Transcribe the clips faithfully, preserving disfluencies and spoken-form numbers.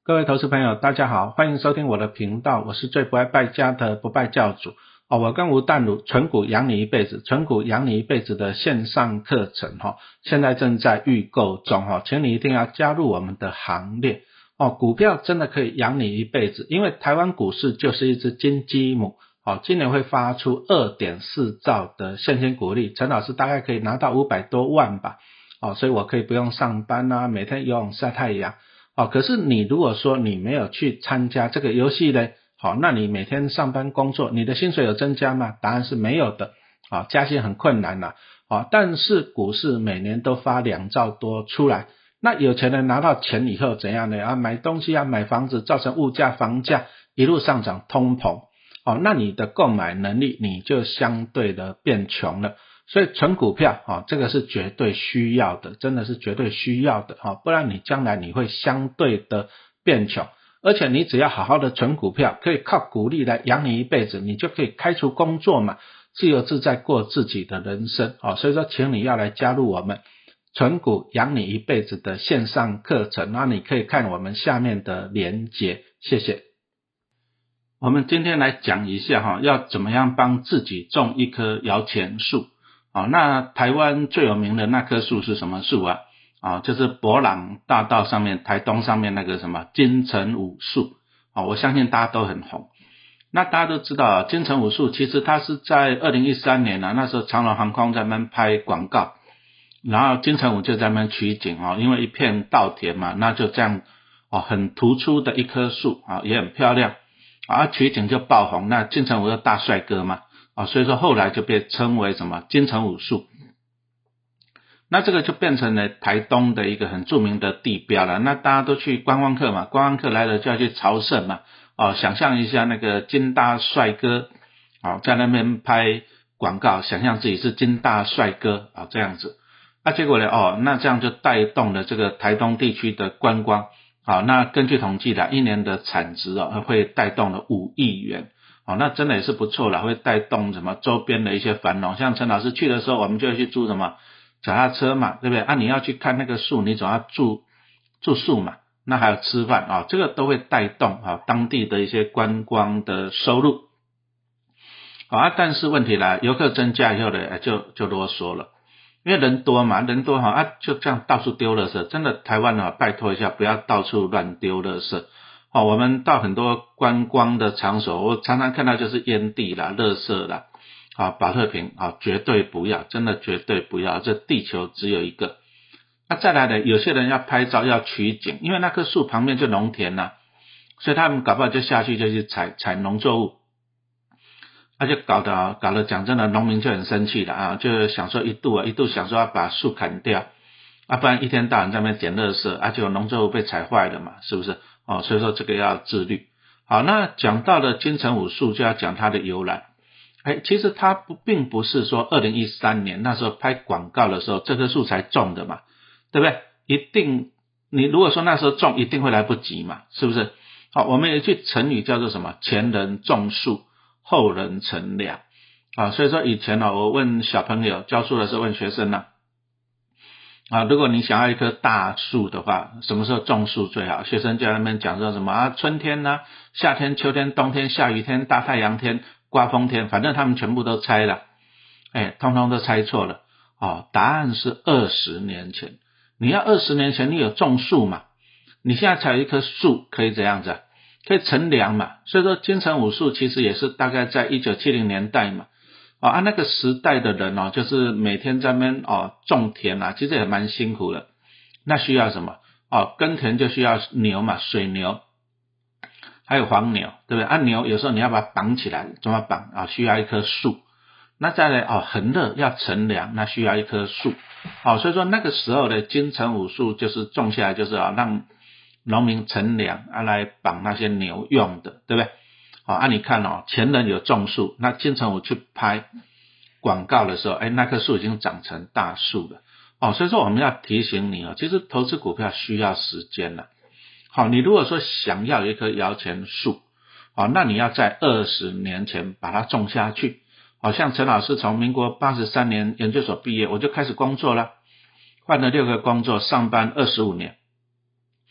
各位投资朋友大家好，欢迎收听我的频道，我是最不爱败家的不败教主哦，我跟吴淡如存股养你一辈子，存股养你一辈子的线上课程哈、哦，现在正在预购中哈、哦，请你一定要加入我们的行列哦，股票真的可以养你一辈子，因为台湾股市就是一只金鸡母哦，今年会发出 二点四兆的现金股利，陈老师大概可以拿到五百多万吧哦，所以我可以不用上班啊，每天游泳晒太阳哦，可是你如果说你没有去参加这个游戏呢，好，那你每天上班工作，你的薪水有增加吗？答案是没有的，啊，加薪很困难啦，啊，但是股市每年都发两兆多出来，那有钱人拿到钱以后怎样呢？啊，买东西啊，买房子，造成物价、房价一路上涨，通膨，哦，那你的购买能力你就相对的变穷了。所以存股票啊、哦，这个是绝对需要的，真的是绝对需要的啊、哦，不然你将来你会相对的变穷，而且你只要好好的存股票，可以靠股利来养你一辈子，你就可以开除工作嘛，自由自在过自己的人生啊、哦，所以说请你要来加入我们存股养你一辈子的线上课程，那你可以看我们下面的连结，谢谢。我们今天来讲一下哈，要怎么样帮自己种一棵摇钱树。哦，那台湾最有名的那棵树是什么树啊？哦，就是伯朗大道上面台东上面那个什么金城武树。哦，我相信大家都很红。那大家都知道啊，金城武树其实它是在二零一三年啊，那时候长荣航空在那边拍广告，然后金城武就在那边取景哦，因为一片稻田嘛，那就这样哦，很突出的一棵树啊，也很漂亮啊，取景就爆红。那金城武是大帅哥嘛。啊、哦，所以说后来就被称为什么金城武树，那这个就变成了台东的一个很著名的地标了。那大家都去观光客嘛，观光客来了就要去朝圣嘛。哦，想象一下那个金大帅哥，哦，在那边拍广告，想象自己是金大帅哥啊、哦，这样子。那结果呢？哦，那这样就带动了这个台东地区的观光。好、哦，那根据统计的，一年的产值哦，会带动了五亿元。哦，那真的也是不错啦，会带动什么周边的一些繁荣。像陈老师去的时候，我们就会去租什么脚踏车嘛，对不对？啊，你要去看那个树，你总要住住宿嘛，那还有吃饭啊、哦，这个都会带动啊、哦、当地的一些观光的收入。好、哦、啊，但是问题来，游客增加以后呢，就就啰嗦了，因为人多嘛，人多哈啊，就这样到处丢垃圾。真的，台湾啊，拜托一下，不要到处乱丢垃圾。哦，我们到很多观光的场所，我常常看到就是烟蒂啦、垃圾啦、啊、保特瓶啊，绝对不要，真的绝对不要，这地球只有一个。那再来呢，有些人要拍照要取景，因为那棵树旁边就农田啦、啊，所以他们搞不好就下去就去采采农作物，那、啊、就搞得搞得讲真的，农民就很生气了啊，就想说一度啊一度想说要把树砍掉，啊，不然一天到晚在那边捡垃圾，啊，结果农作物被踩坏了嘛，是不是？哦，所以说这个要自律。好，那讲到了金城武树，就要讲它的由来。哎，其实它不并不是说二零一三年那时候拍广告的时候这棵树才种的嘛，对不对？一定，你如果说那时候种，一定会来不及嘛，是不是？好，我们有一句成语叫做什么？前人种树，后人乘凉。啊，所以说以前呢、哦，我问小朋友教书的时候问学生呢、啊。啊，如果你想要一棵大树的话，什么时候种树最好？学生就在那边讲说什么啊，春天呢、啊、夏天、秋天、冬天、下雨天、大太阳天、刮风天，反正他们全部都猜了，哎，通通都猜错了。哦，答案是二十年前。你要二十年前你有种树嘛？你现在才有一棵树可以怎样子、啊？可以乘凉嘛？所以说金城武树其实也是大概在一九七零年代嘛。哦，啊，那个时代的人哦，就是每天在那边哦种田啊，其实也蛮辛苦的。那需要什么？哦，耕田就需要牛嘛，水牛，还有黄牛，对不对？啊，牛有时候你要把它绑起来，怎么绑啊？需要一棵树。那再来哦，很热要乘凉，那需要一棵树。哦，所以说那个时候的金城武树就是种下来，就是啊让农民乘凉啊来绑那些牛用的，对不对？好、哦，啊你看哦，前人有种树，那金城武去拍广告的时候，哎，那棵树已经长成大树了。哦，所以说我们要提醒你哦，其实投资股票需要时间了。好、哦，你如果说想要一棵摇钱树，哦，那你要在二十年前把它种下去。好、哦、像陈老师从民国八十三年研究所毕业，我就开始工作了，换了六个工作，上班二十五年。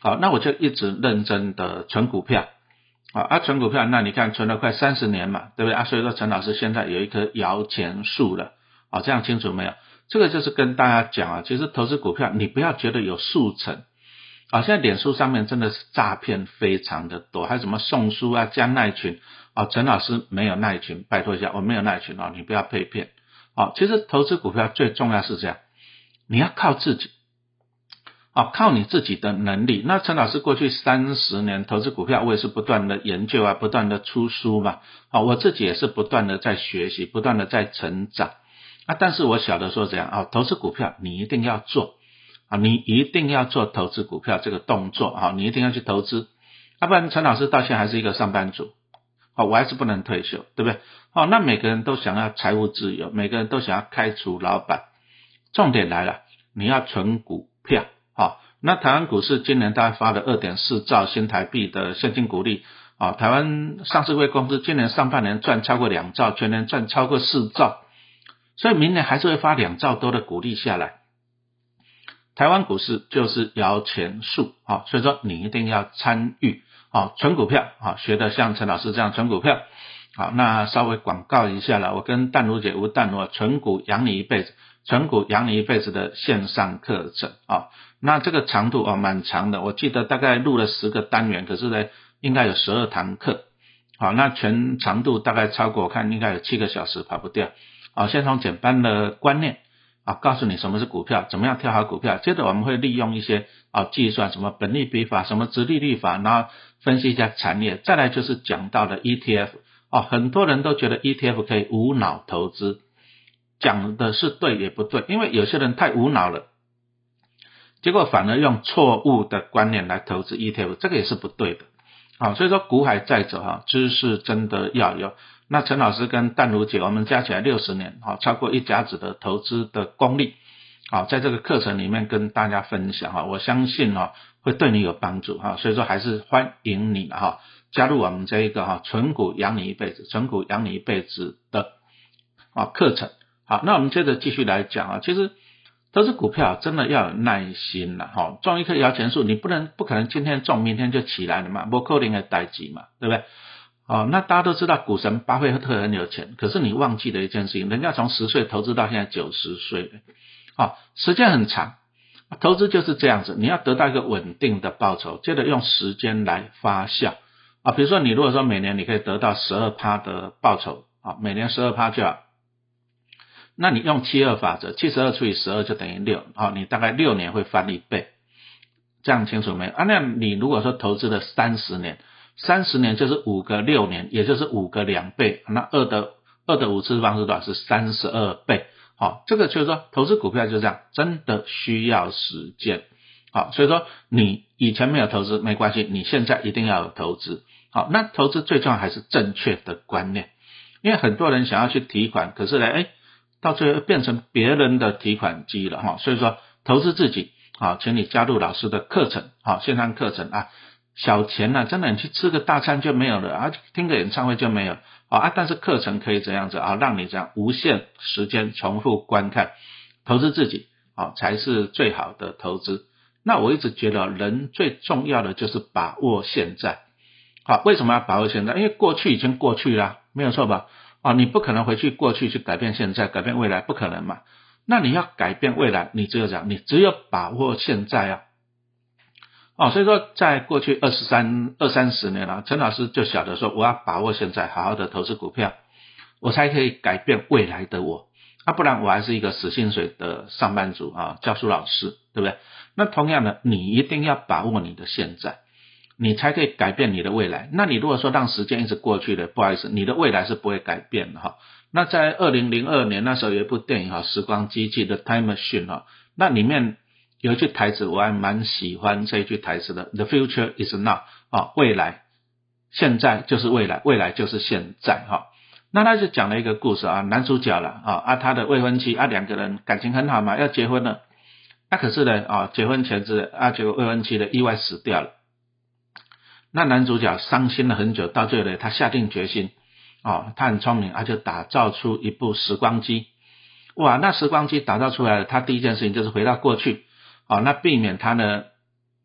好，那我就一直认真的存股票。好啊，存股票，那你看存了快三十年嘛，对不对啊？所以说陈老师现在有一棵摇钱树了，好，这样清楚没有？这个就是跟大家讲啊，其实投资股票你不要觉得有速成啊，现在脸书上面真的是诈骗非常的多，还有什么送书啊、加赖群啊，陈老师没有赖群，拜托一下，我没有赖群啊，你不要被骗。好，其实投资股票最重要是这样，你要靠自己。啊，靠你自己的能力。那陈老师过去三十年投资股票，我也是不断的研究啊，不断的出书嘛。啊，我自己也是不断的在学习，不断的在成长。啊，但是我晓得说怎样啊，投资股票你一定要做啊，你一定要做投资股票这个动作啊，你一定要去投资。要不然陈老师到现在还是一个上班族，啊，我还是不能退休，对不对？哦，那每个人都想要财务自由，每个人都想要开除老板。重点来了，你要存股票。好，那台湾股市今年大概发了 二点四兆新台币的现金股利啊，台湾上市柜公司今年上半年赚超过两兆，全年赚超过四兆，所以明年还是会发两兆多的股利下来。台湾股市就是摇钱树啊，所以说你一定要参与啊，存股票啊，学得像陈老师这样存股票。好，那稍微广告一下了，我跟淡如姐吴淡如存股养你一辈子，存股养你一辈子的线上课程啊，那这个长度啊蛮长的，我记得大概录了十个单元，可是呢应该有十二堂课，好，那全长度大概超过我看应该有七个小时跑不掉。好，先从简单的观念啊，告诉你什么是股票，怎么样挑好股票，接着我们会利用一些啊计算什么本益比法，什么殖利率法，然后分析一下产业，再来就是讲到的 E T F。哦，很多人都觉得 E T F 可以无脑投资，讲的是对也不对，因为有些人太无脑了，结果反而用错误的观念来投资 E T F， 这个也是不对的。好，所以说股海在走哈，知识真的要有。那陈老师跟淡如姐，我们加起来六十年，好，超过一甲子的投资的功力，好，在这个课程里面跟大家分享哈，我相信哈会对你有帮助哈，所以说还是欢迎你哈。加入我们这一个哈存股养你一辈子，存股养你一辈子的啊课程。好，那我们接着继续来讲啊，其实投资股票真的要有耐心啦，哈，种一棵摇钱树，你不能不可能今天种明天就起来了嘛，不可能的代志嘛，对不对？哦，那大家都知道股神巴菲特很有钱，可是你忘记了一件事情，人家从十岁投资到现在九十岁了，啊，时间很长，投资就是这样子，你要得到一个稳定的报酬，接着用时间来发酵。啊，比如说你如果说每年你可以得到 百分之十二 的报酬，啊，每年 百分之十二 就好，那你用七二法则，七十二除以十二就等于六，啊，你大概六年会翻一倍，这样清楚没有？啊，那你如果说投资了三十年，三十年就是五个六年，也就是五个两倍，那二的二的五次方是多少？是三十二倍，好，这个就是说投资股票就这样，真的需要时间，好，所以说你以前没有投资没关系，你现在一定要有投资。好，那投资最重要还是正确的观念，因为很多人想要去提款，可是呢，哎，到最后变成别人的提款机了哈。所以说，投资自己，好，请你加入老师的课程，好，线上课程啊，小钱呢、啊，真的你去吃个大餐就没有了啊，听个演唱会就没有啊，但是课程可以这样子啊，让你这样无限时间重复观看，投资自己，好，才是最好的投资。那我一直觉得人最重要的就是把握现在。好，为什么要把握现在？因为过去已经过去了，没有错吧？啊，你不可能回去过去去改变现在，改变未来，不可能嘛。那你要改变未来，你只有讲，你只有把握现在啊。哦，所以说在过去二十三、二三十年了，陈老师就晓得说，我要把握现在，好好的投资股票，我才可以改变未来的我。啊，不然我还是一个死薪水的上班族啊，教书老师，对不对？那同样的，你一定要把握你的现在。你才可以改变你的未来。那你如果说让时间一直过去了，不好意思，你的未来是不会改变的哈。那在二零零二年那时候有一部电影哈，时光机器的 Time Machine 哈，那里面有一句台词我还蛮喜欢这一句台词的 The future is now 啊，未来现在就是未来，未来就是现在哈。那他就讲了一个故事啊，男主角了啊，啊他的未婚妻啊，两个人感情很好嘛，要结婚了，那、啊、可是呢啊，结婚前子啊，结果未婚妻的意外死掉了。那男主角伤心了很久，到最后呢，他下定决心，哦，他很聪明，他就打造出一部时光机。哇，那时光机打造出来了，他第一件事情就是回到过去，哦，那避免他呢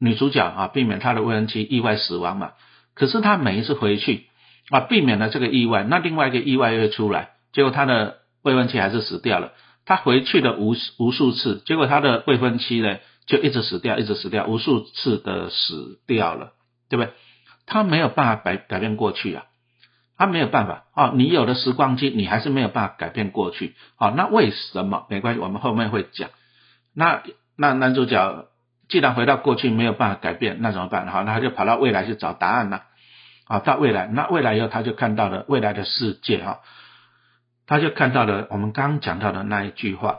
女主角啊，避免她的未婚妻意外死亡嘛。可是她每一次回去啊，避免了这个意外，那另外一个意外又出来，结果她的未婚妻还是死掉了。她回去了无无数次，结果她的未婚妻呢就一直死掉，一直死掉，无数次的死掉了，对不对？她没有办法改改变过去啊。他没有办法哦，你有了时光机，你还是没有办法改变过去。好、哦，那为什么？没关系，我们后面会讲。那那男主角既然回到过去没有办法改变，那怎么办？好，那他就跑到未来去找答案了。啊、哦，到未来，那未来以后他就看到了未来的世界哈、哦，他就看到了我们刚刚讲到的那一句话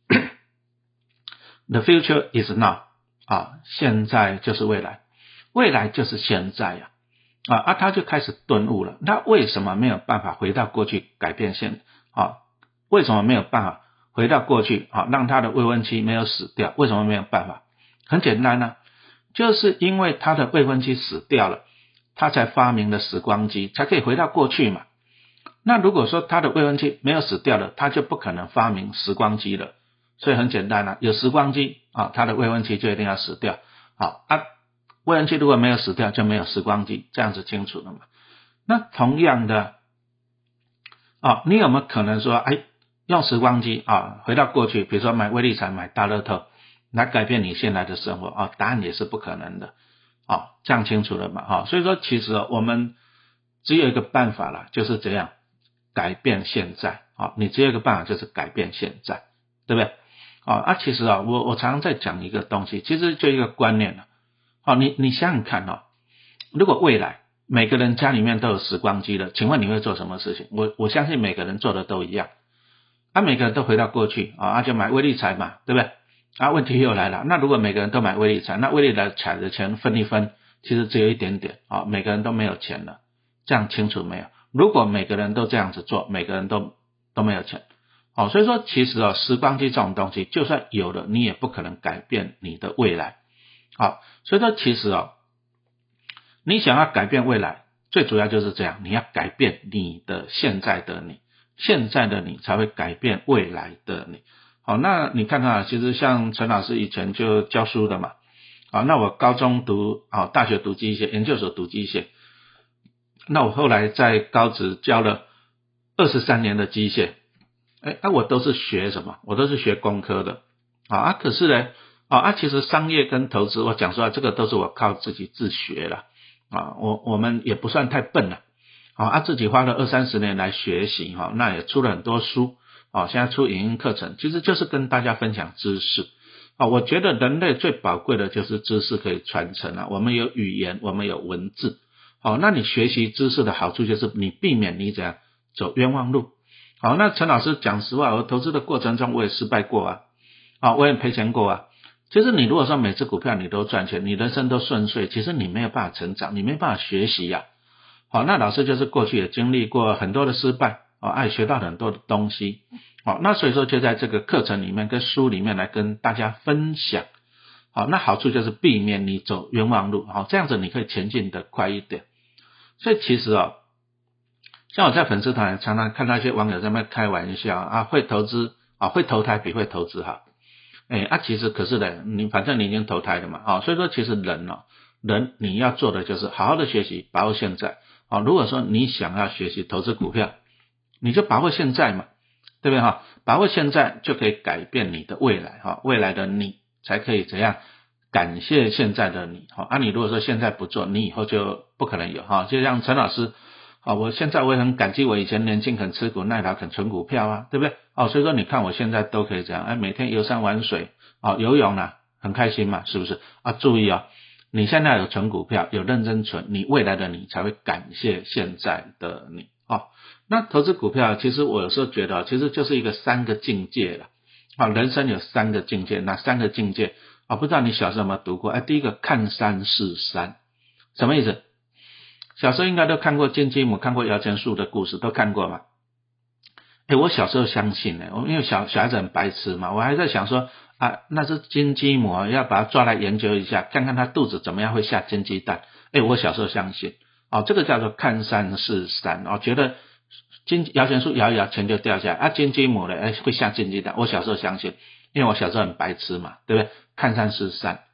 ：The future is now 啊、哦，现在就是未来，未来就是现在呀、啊。啊啊，他就开始顿悟了。他为什么没有办法回到过去改变现啊？为什么没有办法回到过去啊？让他的未婚妻没有死掉？为什么没有办法？很简单呢、啊，就是因为他的未婚妻死掉了，他才发明了时光机，才可以回到过去嘛。那如果说他的未婚妻没有死掉了，他就不可能发明时光机了。所以很简单啊，有时光机啊，他的未婚妻就一定要死掉。好啊。未婚妻如果没有死掉，就没有时光机，这样子清楚了嘛？那同样的，啊，你有没有可能说，哎，用时光机啊，回到过去，比如说买威力彩、买大乐透，来改变你现在的生活啊？答案也是不可能的，啊，这样清楚了嘛？啊，所以说其实我们只有一个办法了，就是这样改变现在啊，你只有一个办法就是改变现在，对不对？啊啊，其实啊，我我常常在讲一个东西，其实就一个观念了。哦，你你想想看哦，如果未来每个人家里面都有时光机了，请问你会做什么事情？我我相信每个人做的都一样，啊，每个人都回到过去啊，就买威力彩嘛，对不对？啊，问题又来了，那如果每个人都买威力彩，那威力彩的钱分一分，其实只有一点点啊，每个人都没有钱了，这样清楚没有？如果每个人都这样子做，每个人都都没有钱，哦，所以说其实哦，时光机这种东西，就算有了，你也不可能改变你的未来。好，所以说其实哦，你想要改变未来，最主要就是这样，你要改变你的现在的你，现在的你才会改变未来的你。好，那你看看，其实像陈老师以前就教书的嘛，好，那我高中读，好，大学读机械，研究所读机械，那我后来在高职教了二十三年的机械，哎，那、啊、我都是学什么？我都是学工科的，啊，可是呢。啊、哦，其实商业跟投资，我讲出来，这个都是我靠自己自学了啊，我我们也不算太笨了，啊，啊自己花了二三十年来学习哈、哦，那也出了很多书啊、哦，现在出影音课程，其实就是跟大家分享知识啊、哦。我觉得人类最宝贵的就是知识可以传承啊，我们有语言，我们有文字，好、哦，那你学习知识的好处就是你避免你怎样走冤枉路。好，那陈老师讲实话，我投资的过程中我也失败过啊，啊，我也赔钱过啊。其实你如果说每只股票你都赚钱，你人生都顺遂，其实你没有办法成长，你没办法学习呀、啊。好，那老师就是过去也经历过很多的失败，哦，爱学到很多的东西，好，那所以说就在这个课程里面跟书里面来跟大家分享。好，那好处就是避免你走冤枉路，好，这样子你可以前进的快一点。所以其实哦，像我在粉丝团常常看到一些网友在那边开玩笑啊，会投资啊，会投胎比会投资好。哎，啊，其实可是的，你反正你已经投胎了嘛，啊、哦，所以说其实人哦，人你要做的就是好好的学习，把握现在，啊、哦，如果说你想要学习投资股票，你就把握现在嘛，对不对哈？把握现在就可以改变你的未来哈、哦，未来的你才可以怎样感谢现在的你，好、哦，啊，你如果说现在不做，你以后就不可能有哈、哦，就像陈老师。啊、哦，我现在我也很感激我以前年轻肯吃股耐劳肯存股票啊，对不对？哦，所以说你看我现在都可以这样，哎，每天游山玩水，哦，游泳啦，很开心嘛，是不是？啊，注意哦，你现在有存股票，有认真存，你未来的你才会感谢现在的你。哦，那投资股票，其实我有时候觉得，其实就是一个三个境界了。啊、哦，人生有三个境界，哪三个境界？啊、哦，不知道你小时候有没有读过？哎，第一个看山是山，什么意思？小时候应该都看过金鸡母，看过摇钱树的故事，都看过嘛？诶，我小时候相信呢，因为小小孩子很白痴嘛，我还在想说啊，那只金鸡母啊，要把它抓来研究一下，看看它肚子怎么样会下金鸡蛋。诶，我小时候相信，哦，这个叫做看山是山，哦，觉得金摇钱树摇一摇钱就掉下来，啊，金鸡母呢，诶，会下金鸡蛋。我小时候相信，因为我小时候很白痴嘛，对不对？看山是山。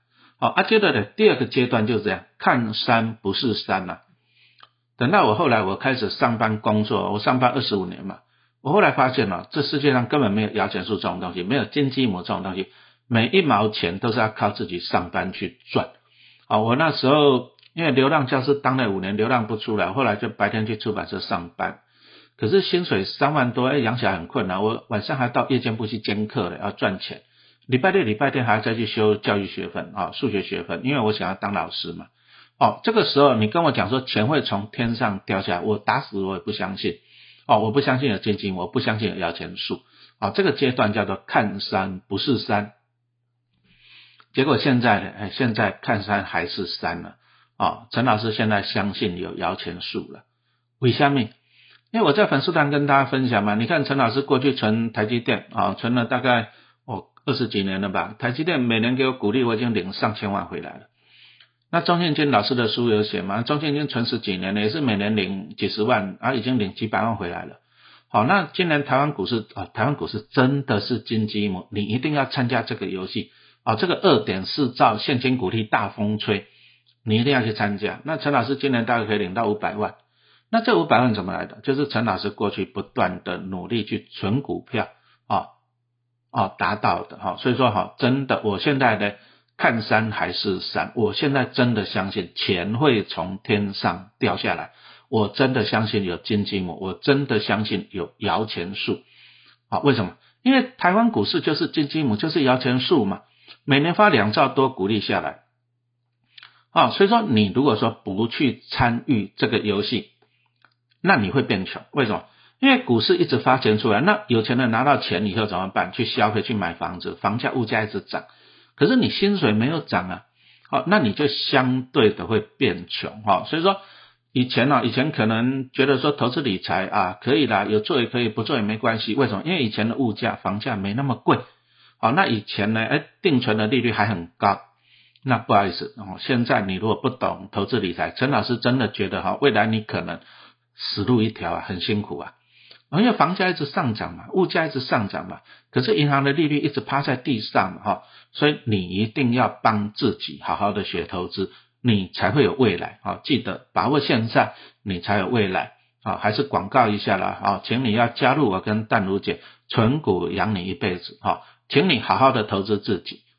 好、哦、啊，接着呢，第二个阶段就是这样，看山不是山啊。等到我后来我开始上班工作，我上班二十五年嘛，我后来发现了，这世界上根本没有摇钱树这种东西，没有金鸡母这种东西，每一毛钱都是要靠自己上班去赚。啊，我那时候因为流浪教师当了五年，流浪不出来，后来就白天去出版社上班，可是薪水三万多，哎，养起来很困难，我晚上还到夜间部去兼课了，要赚钱。礼拜六、礼拜天还要再去修教育学分啊，数学学分，因为我想要当老师嘛。哦，这个时候你跟我讲说钱会从天上掉下来，我打死我也不相信。哦，我不相信有基金，我不相信有摇钱树。啊、哦，这个阶段叫做看山不是山。结果现在呢，哎，现在看山还是山了。哦，陈老师现在相信有摇钱树了。为什么？因为我在粉丝团跟大家分享嘛，你看陈老师过去存台积电啊、哦，存了大概哦二十几年了吧，台积电每年给我股利，我已经领上千万回来了。那钟庆金老师的书有写嘛，钟庆金存十几年了，也是每年领几十万，啊，已经领几百万回来了。好，那今年台湾股市啊，台湾股市真的是金鸡母，你一定要参加这个游戏啊，这个 二点四兆现金股利大风吹，你一定要去参加。那陈老师今年大概可以领到五百万，那这五百万怎么来的？就是陈老师过去不断的努力去存股票啊啊达到的哈、啊，所以说哈，真的我现在呢看山还是山，我现在真的相信钱会从天上掉下来，我真的相信有金鸡母，我真的相信有摇钱树。好，为什么？因为台湾股市就是金鸡母，就是摇钱树嘛，每年发两兆多股利下来。啊，所以说你如果说不去参与这个游戏，那你会变穷。为什么？因为股市一直发钱出来，那有钱人拿到钱以后怎么办？去消费，去买房子，房价物价一直涨。可是你薪水没有涨啊，好，那你就相对的会变穷哈。所以说以前啊，以前可能觉得说投资理财啊可以啦，有做也可以，不做也没关系。为什么？因为以前的物价房价没那么贵，好，那以前呢，哎，定存的利率还很高。那不好意思哦，现在你如果不懂投资理财，陈老师真的觉得哈，未来你可能死路一条啊，很辛苦啊。因为房价一直上涨嘛，物价一直上涨嘛，可是银行的利率一直趴在地上嘛哈，所以你一定要帮自己好好的学投资，你才会有未来啊！记得把握现在，你才有未来啊！还是广告一下啦啊，请你要加入我跟淡如姐存股养你一辈子啊，请你好好的投资自己